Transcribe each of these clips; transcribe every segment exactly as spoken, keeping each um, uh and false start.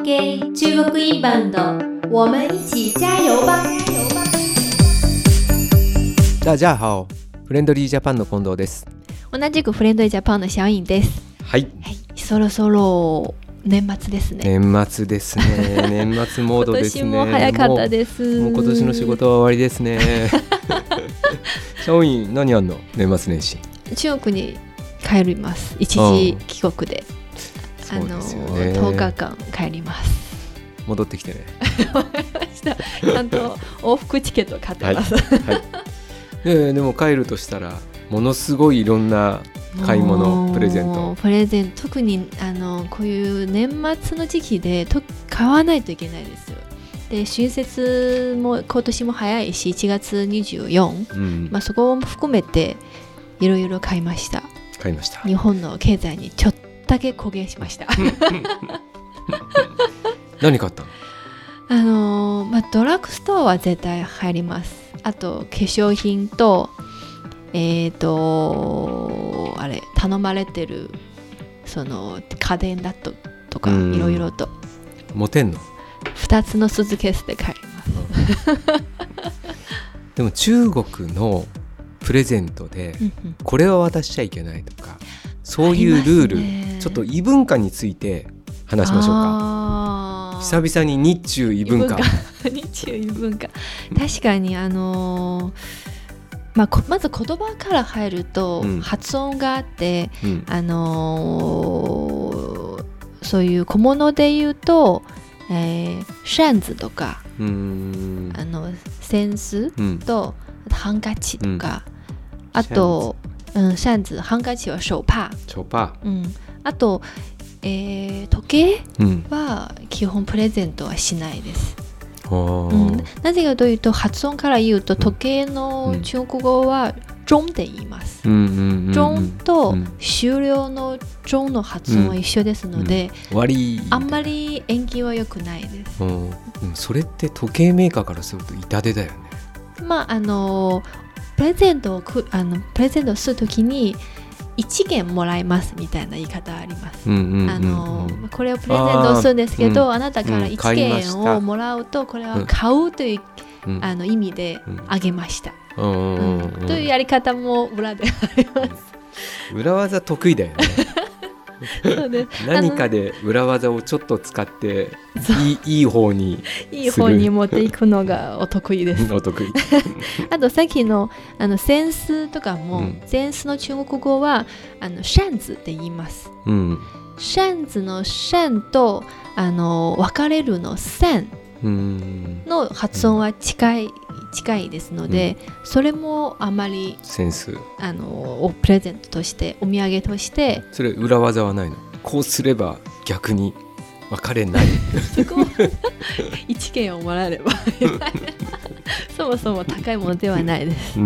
系中国インバウンド，我们一起加油吧！ 大家好、フレンドリージャパンの近藤です。 同じくフレンドリージャパンのシャオインです。 はい、 はい、そろそろ年末ですね。 年末ですね。年末モードですね。 今年も早かったです。 もう、もう今年の仕事は終わりですね。シャオイン何やんの？年末年始。 中国に帰ります。一時帰国で、 うん、そうですよね。 とおかかん帰ります。 戻ってきてね。 わかりました。ちゃんと往復チケット買ってます。 はいはい、で, でも帰るとしたらものすごいいろんな買い物プレゼントプレゼント特にあのこういう年末の時期でと買わないといけないですよ。で春節も今年も早いしいちがつにじゅうよっか、うんまあ、そこも含めていろいろ買いました買いました日本の経済にちょっとだけ貢献しました。 何買ったの？ あのーまあ、ドラッグストアは絶対入ります。あと化粧品とえーとあれ頼まれてるその家電だととかいろいろと持てんの？ ふたつのスーツケースで帰ります。 でも中国のプレゼントでこれは渡しちゃいけないとかそういうルール、ね、ちょっと異文化について話しましょうか。久々に日中異文化日中異文化確かにあのーまあ、まず言葉から入ると発音があって、うん、あのー、そういう小物で言うと、えー、シャンズとかうーんあのセンスと、うん、ハンカチとか、うん、あとシャンズ、うん、シャンズハンカチは手帕手帕、 うん、あと、えー、時計は基本プレゼントはしないです、うん、なぜかというと発音から言うと時計の中国語は鐘で言います、うん、鐘と終了の鐘の発音は一緒ですので、 うんうん、 あんまり縁起は良くないです、うん、 それって時計メーカーからすると痛手だよね。 まああのプレゼントをくあのプレゼントをするときにいちけんもらいますみたいな言い方あります、うんうんうんうん、あのこれをプレゼントをするんですけど あ,、うん、あなたからいちけんをもらうとこれは買うという、うん、あの意味であげました、うんうんうん、というやり方も裏であります。 裏技得意だよね。そうです。何かで裏技をちょっと使ってい い, いい方にいい方に持っていくのがお得意です。 お得意。 あとさっき の, あのセンスとかも、うん、センスの中国語はあのシャンズって言います、うん、シャンズのシャンとあの別れるのセンの発音は近い、うん近いですので、うん、それもあまりセンスあのプレゼントとしてお土産としてそれ裏技はないの？こうすれば逆に別れない。 そこいちけんをもらえればそもそも高いものではないです、うん、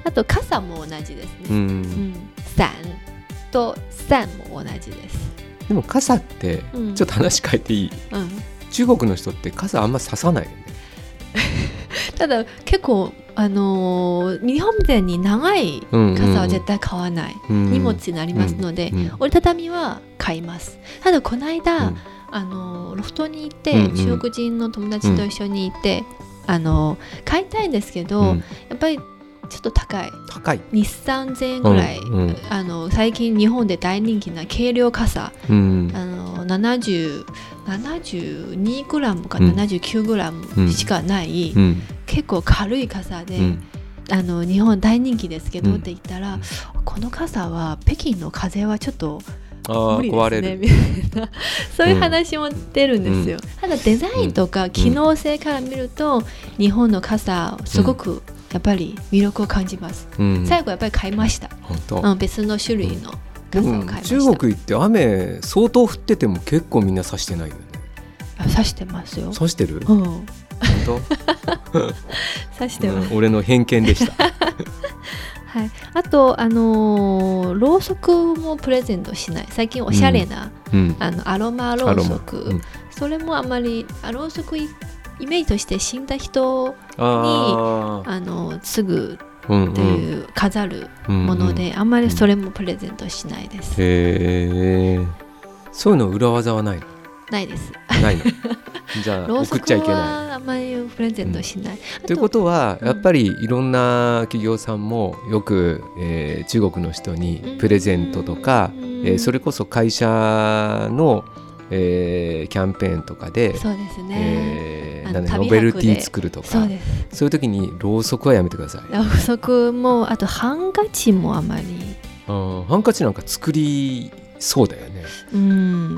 あと傘も同じですね、うんうん、伞と伞も同じです。 でも傘ってちょっと話変えていい、うん、中国の人って傘あんま刺さないよね。 ただ結構、あのー、日本みたいに長い傘は絶対買わない、うんうん、荷物になりますので、うんうん、折りたたみは買います。ただこの間、うんあのー、ロフトに行って、うんうん、中国人の友達と一緒にいて、うんあのー、買いたいんですけど、うん、やっぱりちょっと高い高いにせんさんぜんえんぐらい、うんうん、あの最近日本で大人気な軽量傘、うん、あのななじゅうななじゅうにグラムかななじゅうきゅうグラムしかない、うん、結構軽い傘で、うん、あの日本大人気ですけど、うん、って言ったら、うん、この傘は北京の風はちょっと無理ですねみたいなそういう話も出るんですよ、うん、ただデザインとか機能性から見ると、うん、日本の傘すごくやっぱり魅力を感じます、うん、最後やっぱり買いました。本当、うん、別の種類の傘を買いました。 中国行って雨相当降ってても結構みんな差してないよね。 差してますよ。 差してる、うん、本当差してます、 うん、俺の偏見でした。 はい、あと、あのー、ろうそくもプレゼントしない。最近おしゃれな、うん、あのアロマろうそく、うん、それもあまりろうそくイメージとして死んだ人にああの継ぐという飾るもので、うんうん、あんまりそれもプレゼントしないです、 うん、へー、そういうの裏技はないの？ ないです。 ないのじゃあ送っちゃいけない。 ろうそくはあんまりプレゼントしない、 うん、ということはやっぱりいろんな企業さんもよく、えー、中国の人にプレゼントとか、うんえー、それこそ会社の、えー、キャンペーンとかでそうですね、 えー、なんノベルティ作るとかそうです。 そういう時にろうそくはやめてください。 ろうそくもあとハンカチもあまり、 うん、ハンカチなんか作りそうだよね。 うん、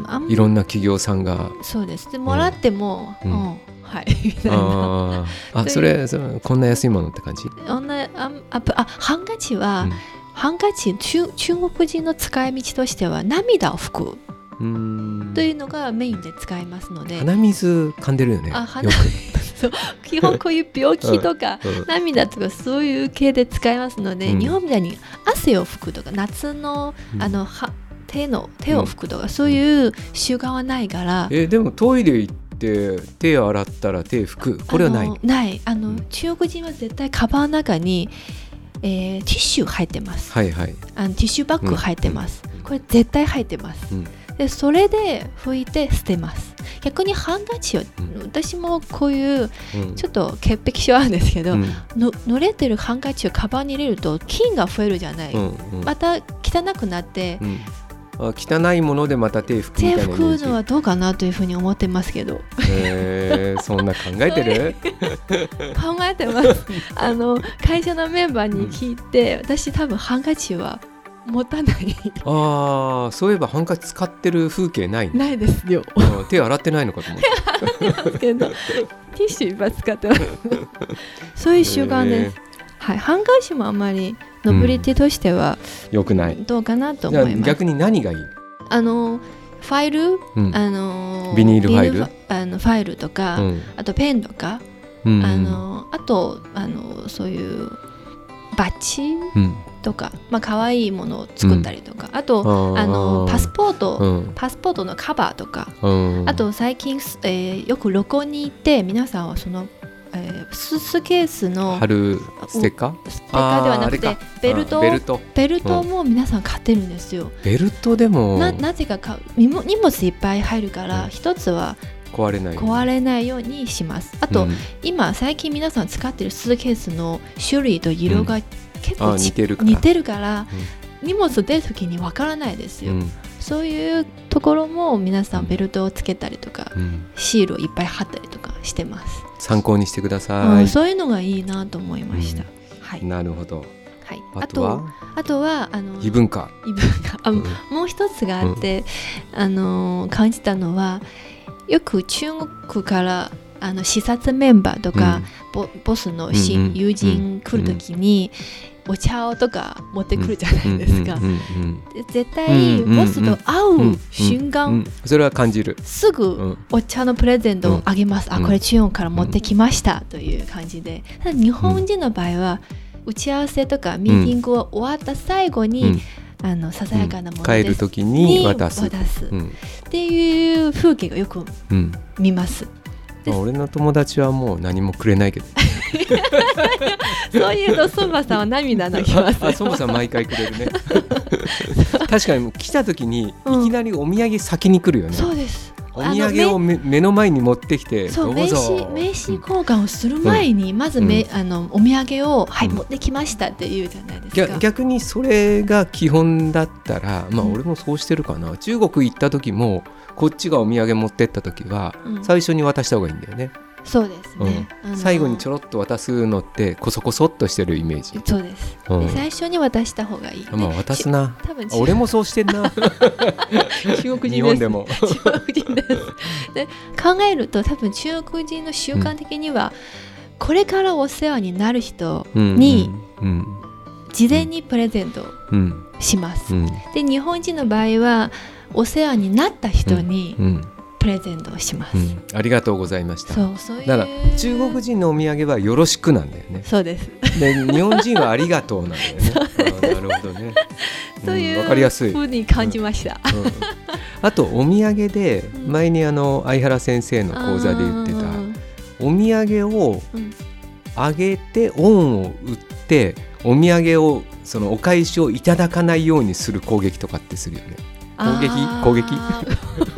あんいろんな企業さんがそうです。でもらっても、うんうんはいみたいな。 ああそれそれこんな安いものって感じ。 あんなあああハンカチは、うん、ハンカチ 中, 中国人の使い道としては涙を拭くうーんというのがメインで使いますので。 鼻水噛んでるよね。 あ鼻そう基本こういう病気とか、うん、涙とかそういう系で使いますので、うん、日本みたいに汗を拭くとか夏の、うん、あのは手の手を拭くとか、うん、そういう習慣はないから、 えでもトイレ行って手を洗ったら手拭くこれはないの？ ないあの、うん、中国人は絶対カバンの中に、えー、ティッシュ入ってます、 はいはい、 あのティッシュバッグ入ってます、うん、これ絶対入ってます、うん、でそれで拭いて捨てます。逆にハンカチを、うん、私もこういう、うん、ちょっと潔癖症あるんですけど、うん、の濡れてるハンカチをカバンに入れると菌が増えるじゃない、うんうん、また汚くなって、うんあ汚いものでまた手拭くみたいなイメージ。 手拭くのはどうかなというふうに思ってますけど。 へーそんな考えてる考えてますあの会社のメンバーに聞いて、うん、私多分ハンカチは持たないああそういえばハンカチ使ってる風景ない、ね、 ないですよ手洗ってないのかと思って洗ってますけどティッシュいっぱい使ってますそういう習慣です、はい、ハンカチもあまりノベリティとしては、 うん、よくないどうかなと思います。 逆に何がいい？ あのファイル、 うん、 あのビニールファイル、 あのファイルとか、うん、あとペンとか、うん、あのあとあのそういうバッジとか、うんまあ可愛いものを作ったりとか、うん、あと あ, あのパスポート、うん、パスポートのカバーとか、うん、あと最近、えー、よく旅行に行って皆さんはそのえー、スーツケースの貼るステッカー？ ステッカーではなくてベルトベルトベルトも皆さん買ってるんですよ、 うん、ベルトでも な, なぜか買う荷物いっぱい入るから、うん、一つは壊れない壊れないようにします。あと、うん、今最近皆さん使ってるスーツケースの種類と色が結構、うん、 似てるから、 似てるから、うん、荷物出るときにわからないですよ、うん、そういうところも皆さんベルトをつけたりとか、うん、シールをいっぱい貼ったりとかしてます。 参考にしてください、 うん、そういうのがいいなと思いました、うんはい、 なるほど、 はい、 あとはあとはあの異文化異文化あ、うん、もう一つがあって、うん、あの感じたのはよく中国からあの視察メンバーとか、うん、ボ, ボスの新、うんうん、友人来るときに、うん、お茶をとか持ってくるじゃないですか、うんうんうんうん、絶対ボスと会う瞬間、うんうんうん、 それは感じる。 すぐお茶のプレゼントをあげます、うん、あこれ中国から持ってきましたという感じで、ただ日本人の場合は打ち合わせとかミーティングが終わった最後に、うんあのささやかなものです、 うん、帰るときに渡す、 渡す、うん、っていう風景がよく見ます、 うんまあ、俺の友達はもう何もくれないけどそういうのソンバさんは涙流しますよあソンバさん毎回くれるね確かにもう来たときにいきなりお土産先に来るよね、うん、 そうです。 お土産を目の前に持ってきてそう名刺、名刺交換をする前に、うん、まずめ、うん、あのお土産を、はい、うん、持ってきましたって言うじゃないですか。 逆にそれが基本だったら、まあ、俺もそうしてるかな、うん、中国行った時もこっちがお土産持ってった時は、うん、最初に渡した方がいいんだよね。 そうですね、 うん、あのー、最後にちょろっと渡すのってコソコソっとしてるイメージ。 そうです、うん、で最初に渡した方がいい、ね、 まあ、渡すな多分俺もそうしてんな中国人です日本でも中国人ですで考えると多分中国人の習慣的には、うん、これからお世話になる人に事前にプレゼントします、うんうん、で日本人の場合はお世話になった人に、うんうんプレゼントをします、うん、 ありがとうございました。 そうそういうだから中国人のお土産はよろしくなんだよね。 そうですで日本人はありがとうなんだよねあなるほどねそういう、うん、 分かりやすい風に感じました、 うんうん、あとお土産で前にあの相原先生の講座で言ってたお土産をあげて恩を売ってお土産をそのお返しをいただかないようにする攻撃とかってするよね。攻撃攻撃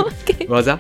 技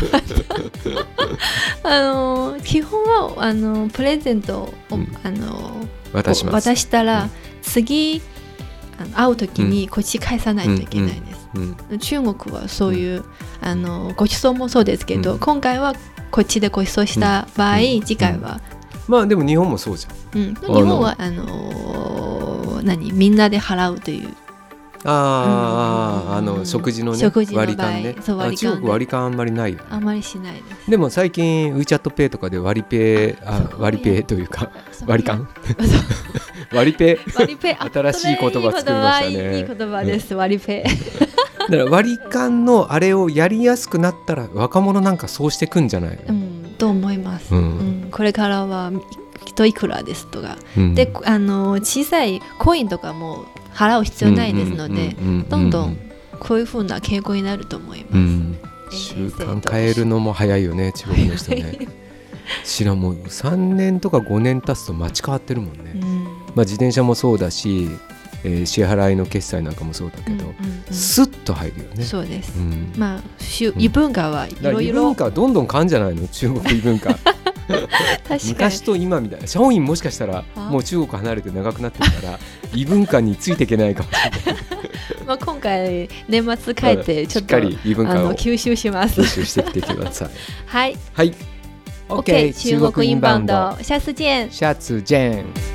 あの基本はあのプレゼントを、うん、あの渡します。 渡したら、うん、次あの会う時にこっち返さないといけないです、うんうん、中国はそういう、うん、あのご馳走もそうですけど、うん、今回はこっちでご馳走した場合、うん、次回は、 うん、まあでも日本もそうじゃん、 うん、日本はあの何みんなで払うというあ、うん、あの食事のね食事の割り勘ね。 そう割り勘中国割り勘あんまりないよね。 あんまりしないです。 でも最近 WeChat Pay とかで割りペイあ割りペイというか割り勘割りペイ割りペイ新しい言葉作りましたね。 いい言葉です、うん、割りペイだから割り勘のあれをやりやすくなったら若者なんかそうしてくんじゃないの、 うん、と思います、うんうん、これからは一いくらですとか、うん、であの小さいコインとかも払う必要ないですので、どんどんこういう風な傾向になると思います、うん、 習慣変えるのも早いよね中国の人ね知らんもうさんねんとかごねん経つと街変わってるもんね、うん、まあ、自転車もそうだし、えー、支払いの決済なんかもそうだけど、うんうんうん、スッと入るよね。 そうです、うん、まあ異文化はいろいろ、 異文化どんどん変わんじゃないの中国異文化昔と今みたいな。シャオインもしかしたらもう中国離れて長くなってるから異文化についていけないかもしれないまあ今回年末帰ってちょっとしっかり異文化を吸収します吸収してきてくださいはい、 はい、 OK 中国インバウンド下次見下次見。